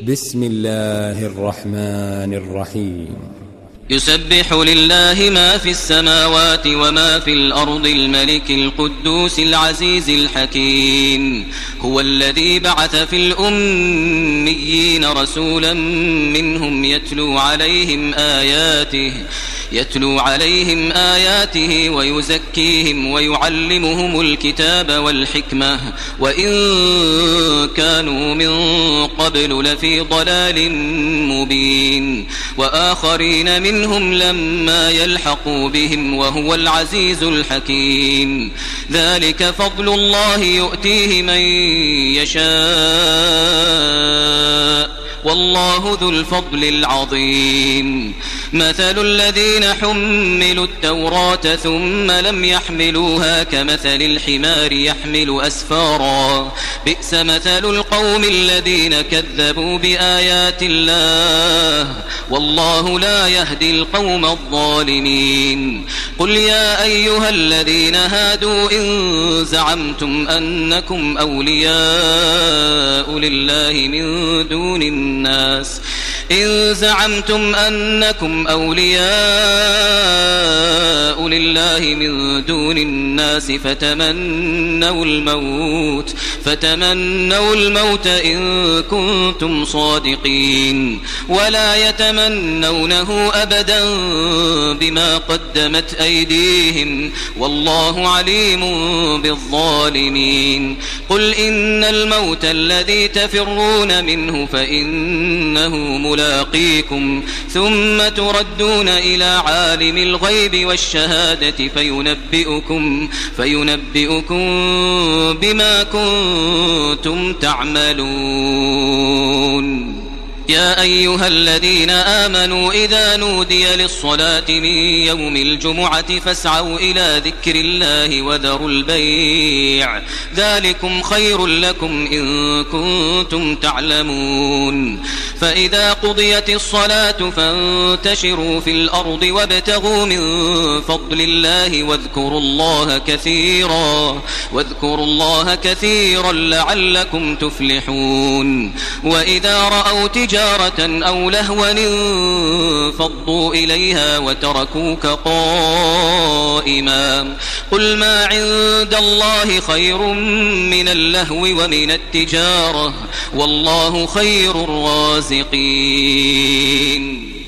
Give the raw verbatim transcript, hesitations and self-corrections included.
بسم الله الرحمن الرحيم. يسبح لله ما في السماوات وما في الأرض الملك القدوس العزيز الحكيم. هو الذي بعث في الأميين رسولا منهم يتلو عليهم آياته يتلو عليهم آياته ويزكيهم ويعلمهم الكتاب والحكمة وإن كانوا من قبل لفي ضلال مبين، وآخرين منهم لما يلحقوا بهم وهو العزيز الحكيم. ذلك فضل الله يؤتيه من يشاء والله ذو الفضل العظيم. مثل الذين حملوا التوراة ثم لم يحملوها كمثل الحمار يحمل أسفارا، بئس مثل القوم الذين كذبوا بآيات الله والله لا يهدي القوم الظالمين. قل يا أيها الذين هادوا إن زعمتم أنكم أولياء لله من دون الناس إن زعمتم أنكم أولياء لله من دون الناس فتمنوا الموت فتمنوا الموت إن كنتم صادقين ولا يتمنونه أبدا بما قدمت أيديهم والله عليم بالظالمين. قل إن الموت الذي تفرون منه فإنه ملاقيكم ثم تردون إلى عالم الغيب والشهادة فينبئكم, فينبئكم بما كنتم تعملون. يا أيها الذين آمنوا إذا نودي للصلاة من يوم الجمعة فاسعوا إلى ذكر الله وذروا البيع ذلكم خير لكم إن كنتم تعلمون. فإذا قضيت الصلاة فانتشروا في الأرض وابتغوا من فضل الله واذكروا الله كثيرا واذكروا الله كثيرا لعلكم تفلحون. وإذا رأوا تجارة أو لهوا انفضوا إليها وتركوك قائما قل ما عند الله خير من اللهو ومن التجارة والله خير الرازقين.